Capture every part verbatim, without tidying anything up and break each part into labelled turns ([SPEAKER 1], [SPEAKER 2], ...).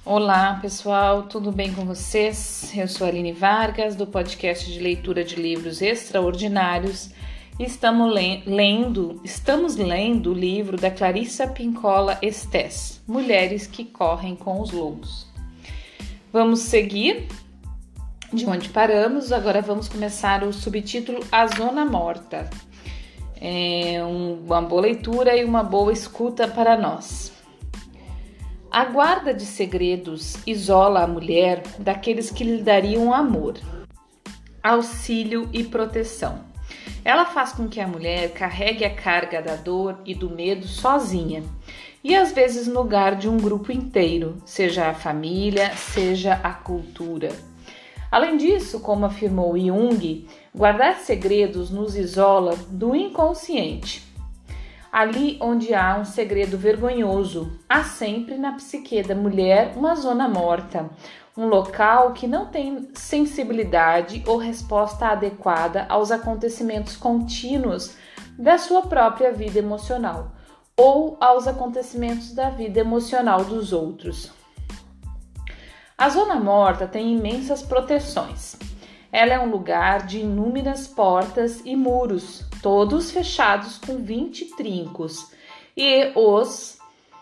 [SPEAKER 1] Olá pessoal, tudo bem com vocês? Eu sou a Aline Vargas, do podcast de leitura de livros extraordinários. Estamos lendo, estamos lendo o livro da Clarissa Pinkola Estés, Mulheres que Correm com os Lobos. Vamos seguir de onde paramos, agora vamos começar o subtítulo A Zona Morta. É uma boa leitura e uma boa escuta para nós. A guarda de segredos isola a mulher daqueles que lhe dariam amor, auxílio e proteção. Ela faz com que a mulher carregue a carga da dor e do medo sozinha, e às vezes no lugar de um grupo inteiro, seja a família, seja a cultura. Além disso, como afirmou Jung, guardar segredos nos isola do inconsciente. Ali onde há um segredo vergonhoso, há sempre na psique da mulher uma zona morta, um local que não tem sensibilidade ou resposta adequada aos acontecimentos contínuos da sua própria vida emocional ou aos acontecimentos da vida emocional dos outros. A zona morta tem imensas proteções. Ela é um lugar de inúmeras portas e muros, todos fechados com vinte trincos, e os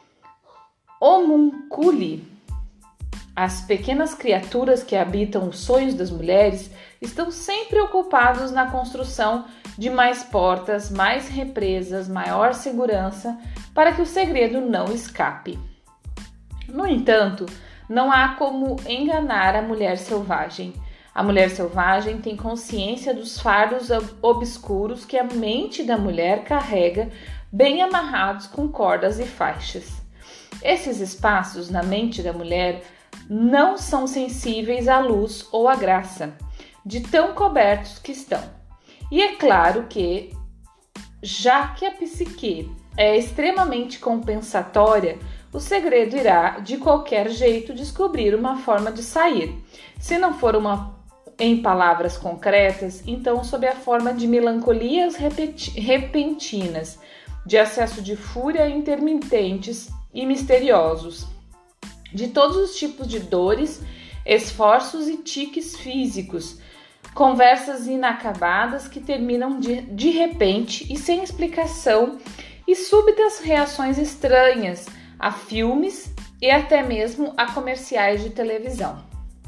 [SPEAKER 1] homunculi, as pequenas criaturas que habitam os sonhos das mulheres, estão sempre ocupados na construção de mais portas, mais represas, maior segurança, para que o segredo não escape. No entanto, não há como enganar a mulher selvagem. A mulher selvagem tem consciência dos fardos obscuros que a mente da mulher carrega, bem amarrados com cordas e faixas. Esses espaços na mente da mulher não são sensíveis à luz ou à graça, de tão cobertos que estão. E é claro que, já que a psique é extremamente compensatória, o segredo irá, de qualquer jeito, descobrir uma forma de sair. Se não for uma em palavras concretas, então sob a forma de melancolias repentinas, de acesso de fúria intermitentes e misteriosos, de todos os tipos de dores, esforços e tiques físicos, conversas inacabadas que terminam de, de repente e sem explicação, e súbitas reações estranhas a filmes e até mesmo a comerciais de televisão.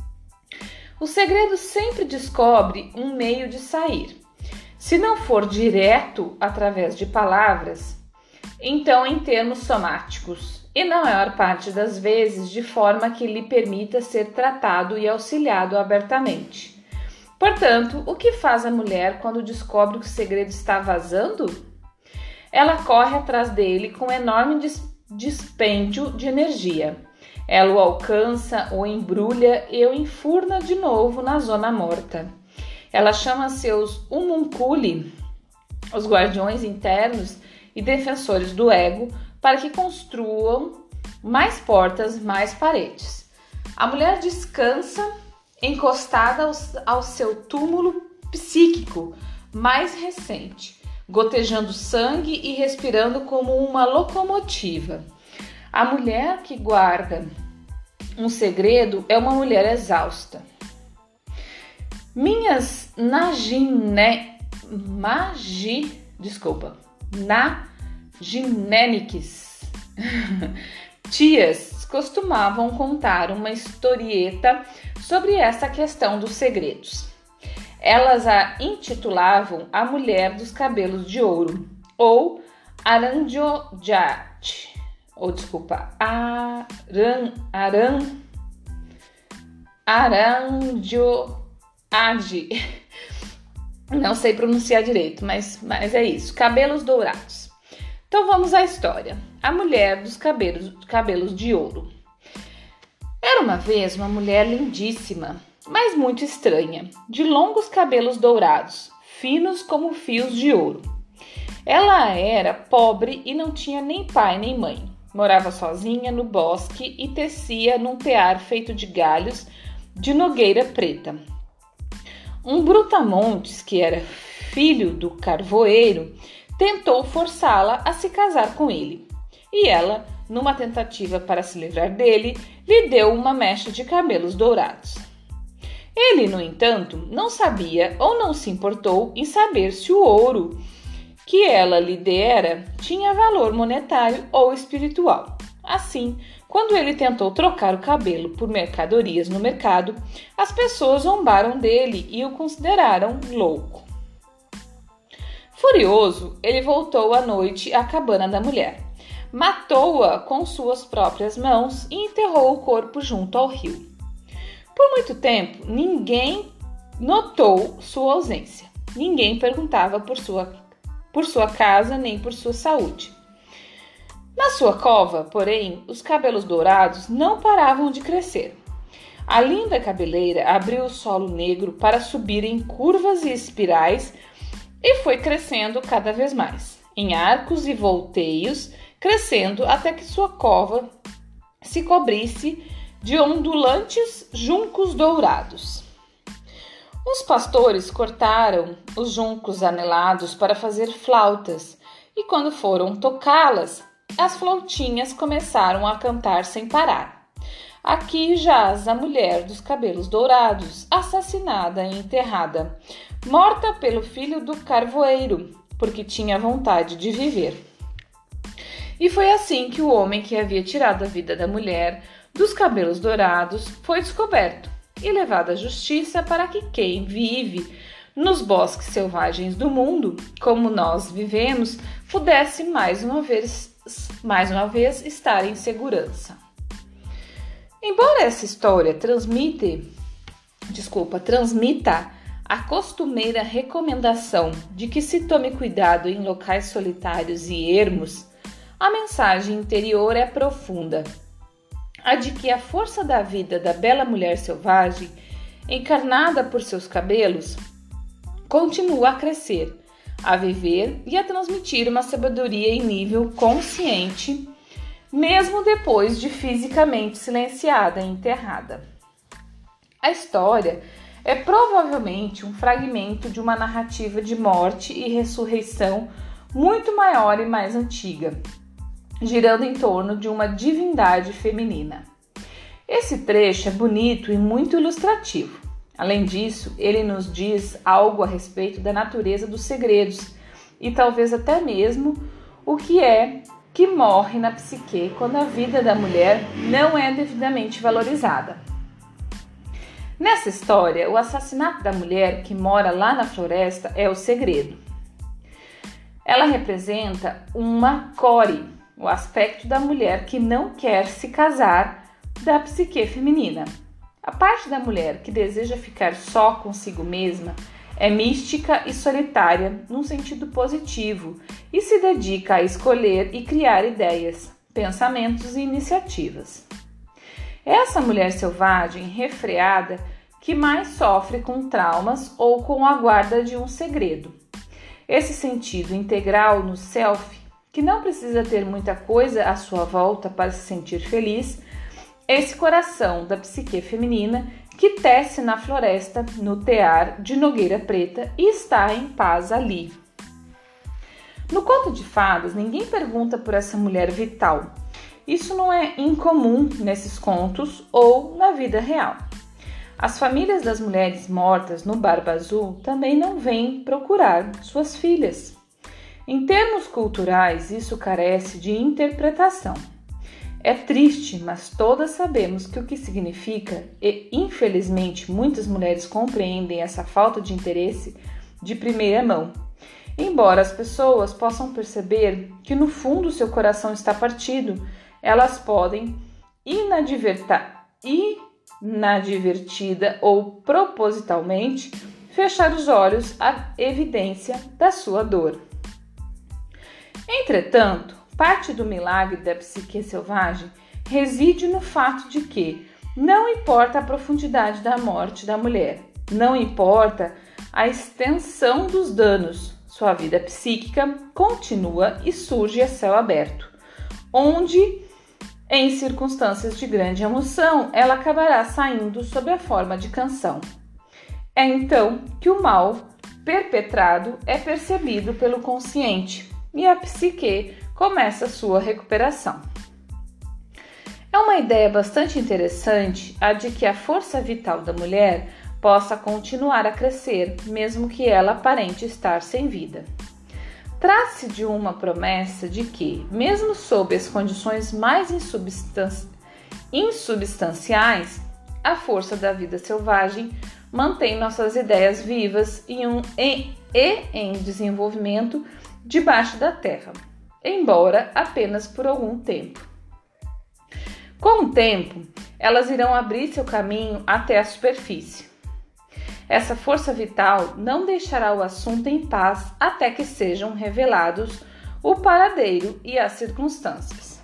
[SPEAKER 1] O segredo sempre descobre um meio de sair. Se não for direto através de palavras, então em termos somáticos, e na maior parte das vezes de forma que lhe permita ser tratado e auxiliado abertamente. Portanto, o que faz a mulher quando descobre que o segredo está vazando? Ela corre atrás dele com enorme dispêndio de energia. Ela o alcança, o embrulha e o enfurna de novo na zona morta. Ela chama seus homunculi, os guardiões internos e defensores do ego, para que construam mais portas, mais paredes. A mulher descansa encostada ao, ao seu túmulo psíquico mais recente, gotejando sangue e respirando como uma locomotiva. A mulher que guarda um segredo é uma mulher exausta. Minhas nagine, magi, desculpa, naginêniques tias costumavam contar uma historieta sobre essa questão dos segredos. Elas a intitulavam a Mulher dos Cabelos de Ouro, ou Aranjojat. Ou desculpa, Aran, Aran, Aranjoade. Não sei pronunciar direito, mas, mas é isso. Cabelos dourados. Então vamos à história. A mulher dos cabelos, cabelos de ouro. Era uma vez uma mulher lindíssima, mas muito estranha, de longos cabelos dourados, finos como fios de ouro. Ela era pobre e não tinha nem pai nem mãe. Morava sozinha no bosque e tecia num tear feito de galhos de nogueira preta. Um brutamontes, que era filho do carvoeiro, tentou forçá-la a se casar com ele. e ela, numa tentativa para se livrar dele, lhe deu uma mecha de cabelos dourados. Ele, no entanto, não sabia ou não se importou em saber se o ouro que ela lhe dera tinha valor monetário ou espiritual. Assim, quando ele tentou trocar o cabelo por mercadorias no mercado, as pessoas zombaram dele e o consideraram louco. Furioso, ele voltou à noite à cabana da mulher, matou-a com suas próprias mãos e enterrou o corpo junto ao rio. Por muito tempo, ninguém notou sua ausência. Ninguém perguntava por sua, por sua casa nem por sua saúde. Na sua cova, porém, os cabelos dourados não paravam de crescer. A linda cabeleira abriu o solo negro para subir em curvas e espirais e foi crescendo cada vez mais, em arcos e volteios, crescendo até que sua cova se cobrisse de ondulantes juncos dourados. Os pastores cortaram os juncos anelados para fazer flautas, e quando foram tocá-las, as flautinhas começaram a cantar sem parar. Aqui jaz a mulher dos cabelos dourados, assassinada e enterrada, morta pelo filho do carvoeiro, porque tinha vontade de viver. E foi assim que o homem que havia tirado a vida da mulher dos cabelos dourados foi descoberto e levado à justiça para que quem vive nos bosques selvagens do mundo, como nós vivemos, pudesse mais uma vez, mais uma vez estar em segurança. Embora essa história transmite, desculpa, transmita a costumeira recomendação de que se tome cuidado em locais solitários e ermos, a mensagem interior é profunda, a de que a força da vida da bela mulher selvagem, encarnada por seus cabelos, continua a crescer, a viver e a transmitir uma sabedoria em nível consciente, mesmo depois de fisicamente silenciada e enterrada. A história é provavelmente um fragmento de uma narrativa de morte e ressurreição muito maior e mais antiga, girando em torno de uma divindade feminina. Esse trecho é bonito e muito ilustrativo. Além disso, ele nos diz algo a respeito da natureza dos segredos e talvez até mesmo o que é que morre na psique quando a vida da mulher não é devidamente valorizada. Nessa história, o assassinato da mulher que mora lá na floresta é o segredo. Ela representa uma core, o aspecto da mulher que não quer se casar da psique feminina. A parte da mulher que deseja ficar só consigo mesma é mística e solitária num sentido positivo e se dedica a escolher e criar ideias, pensamentos e iniciativas. Essa mulher selvagem, refreada, que mais sofre com traumas ou com a guarda de um segredo. Esse sentido integral no self, que não precisa ter muita coisa à sua volta para se sentir feliz, esse coração da psique feminina que tece na floresta, no tear de Nogueira Preta e está em paz ali. No conto de fadas, ninguém pergunta por essa mulher vital. Isso não é incomum nesses contos ou na vida real. As famílias das mulheres mortas no Barba Azul também não vêm procurar suas filhas. Em termos culturais, isso carece de interpretação. É triste, mas todas sabemos que o que significa, e infelizmente muitas mulheres compreendem essa falta de interesse de primeira mão. Embora as pessoas possam perceber que no fundo seu coração está partido, elas podem inadverta, inadvertida ou propositalmente fechar os olhos à evidência da sua dor. Entretanto, parte do milagre da psique selvagem reside no fato de que não importa a profundidade da morte da mulher, não importa a extensão dos danos, sua vida psíquica continua e surge a céu aberto, onde, em circunstâncias de grande emoção, ela acabará saindo sob a forma de canção. É então que o mal perpetrado é percebido pelo consciente e a psique começa a sua recuperação. É uma ideia bastante interessante a de que a força vital da mulher possa continuar a crescer, mesmo que ela aparente estar sem vida. Trata-se de uma promessa de que, mesmo sob as condições mais insubstan- insubstanciais, a força da vida selvagem mantém nossas ideias vivas e, um, em, e em desenvolvimento debaixo da terra, embora apenas por algum tempo. Com o tempo, elas irão abrir seu caminho até a superfície. Essa força vital não deixará o assunto em paz até que sejam revelados o paradeiro e as circunstâncias.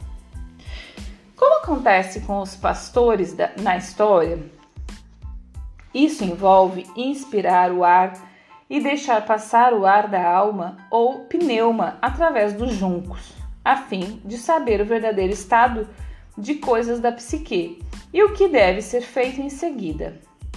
[SPEAKER 1] Como acontece com os pastores da, na história, isso envolve inspirar o ar e deixar passar o ar da alma ou pneuma através dos juncos, a fim de saber o verdadeiro estado de coisas da psique e o que deve ser feito em seguida.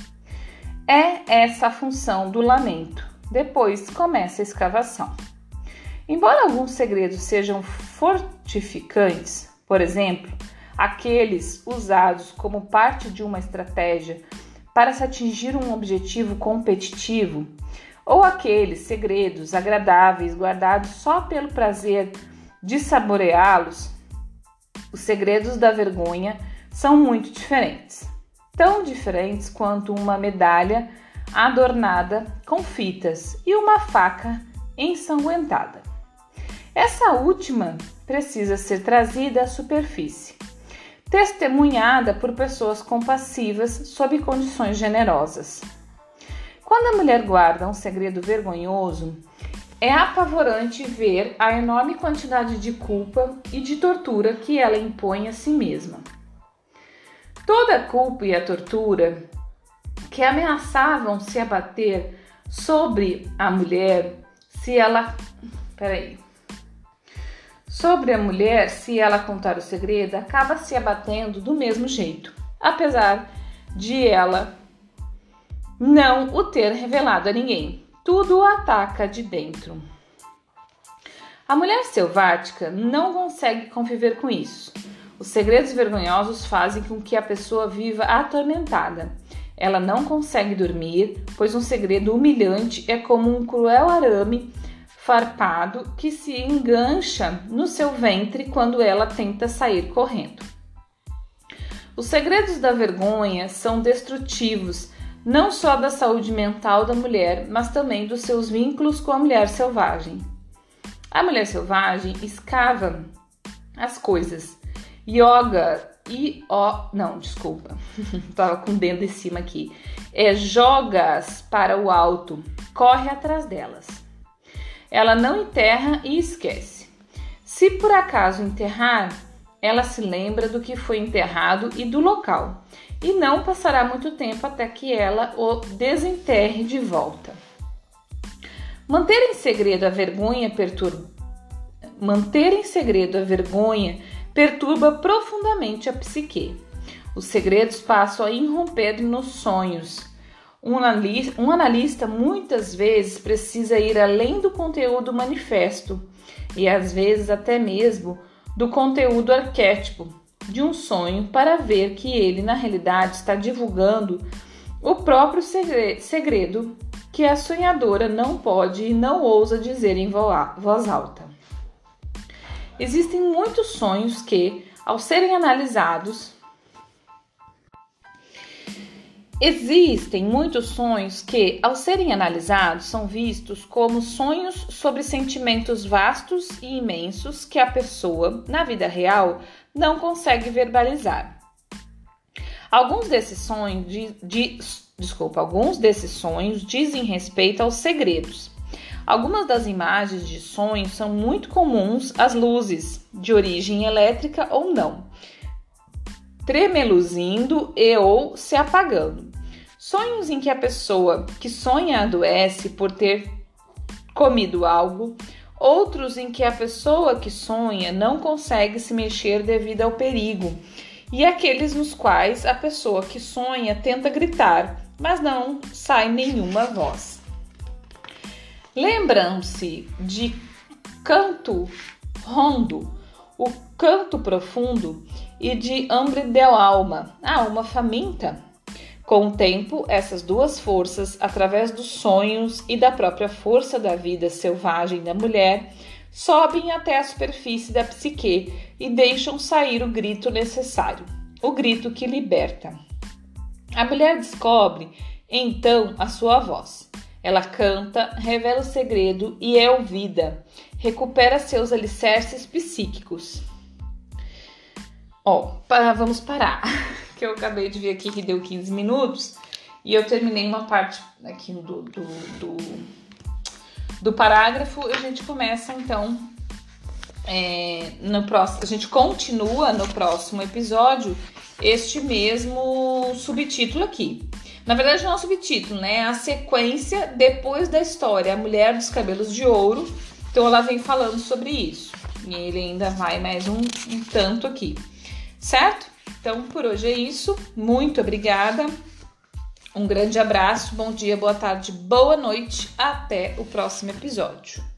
[SPEAKER 1] É essa a função do lamento. Depois começa a escavação. Embora alguns segredos sejam fortificantes, por exemplo, aqueles usados como parte de uma estratégia para se atingir um objetivo competitivo, ou aqueles segredos agradáveis guardados só pelo prazer de saboreá-los, os segredos da vergonha são muito diferentes. Tão diferentes quanto uma medalha adornada com fitas e uma faca ensanguentada. Essa última precisa ser trazida à superfície, testemunhada por pessoas compassivas sob condições generosas. Quando a mulher guarda um segredo vergonhoso, é apavorante ver a enorme quantidade de culpa e de tortura que ela impõe a si mesma. Toda a culpa e a tortura que ameaçavam se abater sobre a mulher se ela... Peraí. Sobre a mulher, se ela contar o segredo, acaba se abatendo do mesmo jeito, apesar de ela não o ter revelado a ninguém. Tudo o ataca de dentro. A mulher selvática não consegue conviver com isso. Os segredos vergonhosos fazem com que a pessoa viva atormentada. Ela não consegue dormir, pois um segredo humilhante é como um cruel arame farpado que se engancha no seu ventre quando ela tenta sair correndo. Os segredos da vergonha são destrutivos, não só da saúde mental da mulher, mas também dos seus vínculos com a mulher selvagem. A mulher selvagem escava as coisas. Yoga e ó, não, desculpa, tava com o dedo em cima aqui. É joga-as para o alto, corre atrás delas. Ela não enterra e esquece. Se por acaso enterrar, ela se lembra do que foi enterrado e do local, e não passará muito tempo até que ela o desenterre de volta. Manter em segredo a vergonha perturba, manter em segredo a vergonha perturba profundamente a psique. Os segredos passam a irromper nos sonhos. Um analista, um analista muitas vezes precisa ir além do conteúdo manifesto e às vezes até mesmo do conteúdo arquétipo de um sonho para ver que ele na realidade está divulgando o próprio segredo que a sonhadora não pode e não ousa dizer em voz alta. Existem muitos sonhos que, ao serem analisados, Existem muitos sonhos que, ao serem analisados, são vistos como sonhos sobre sentimentos vastos e imensos que a pessoa, na vida real, não consegue verbalizar. Alguns desses sonhos, de, de, desculpa, alguns desses sonhos dizem respeito aos segredos. Algumas das imagens de sonhos são muito comuns às luzes, de origem elétrica ou não, tremeluzindo e ou se apagando. Sonhos em que a pessoa que sonha adoece por ter comido algo. Outros em que a pessoa que sonha não consegue se mexer devido ao perigo. E aqueles nos quais a pessoa que sonha tenta gritar, mas não sai nenhuma voz. Lembram-se de Canto Rondo, o canto profundo, e de Hambre del Alma, a alma faminta. Com o tempo, essas duas forças, através dos sonhos e da própria força da vida selvagem da mulher, sobem até a superfície da psique e deixam sair o grito necessário, o grito que liberta. A mulher descobre, então, a sua voz. Ela canta, revela o segredo e é ouvida, recupera seus alicerces psíquicos. Ó, oh, vamos parar, que eu acabei de ver aqui que deu quinze minutos e eu terminei uma parte aqui do, do, do, do parágrafo. A gente começa então, é, no próximo, a gente continua no próximo episódio este mesmo subtítulo aqui. Na verdade não é um subtítulo, né? É a sequência depois da história, a mulher dos cabelos de ouro. Então ela vem falando sobre isso e ele ainda vai mais um, um tanto aqui. Certo? Então, por hoje é isso. Muito obrigada. Um grande abraço. Bom dia, boa tarde, boa noite. Até o próximo episódio.